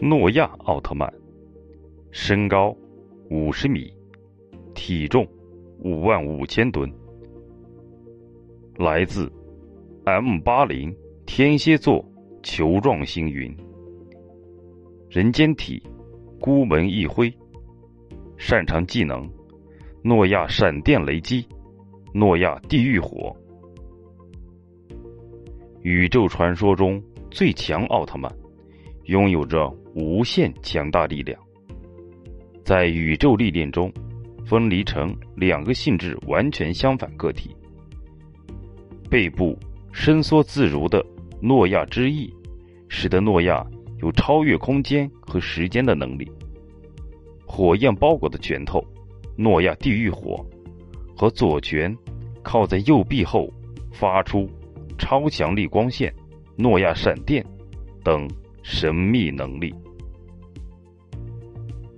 诺亚奥特曼，身高50米，体重55000吨，来自 M80 天蝎座球状星云，人间体，孤门一挥，擅长技能诺亚闪电雷击，诺亚地狱火。宇宙传说中最强奥特曼，拥有着无限强大力量。在宇宙历练中，分离成2个性质完全相反个体。背部伸缩自如的诺亚之翼，使得诺亚有超越空间和时间的能力。火焰包裹的拳头，诺亚地狱火，和左拳靠在右臂后发出超强力光线，诺亚闪电等神秘能力。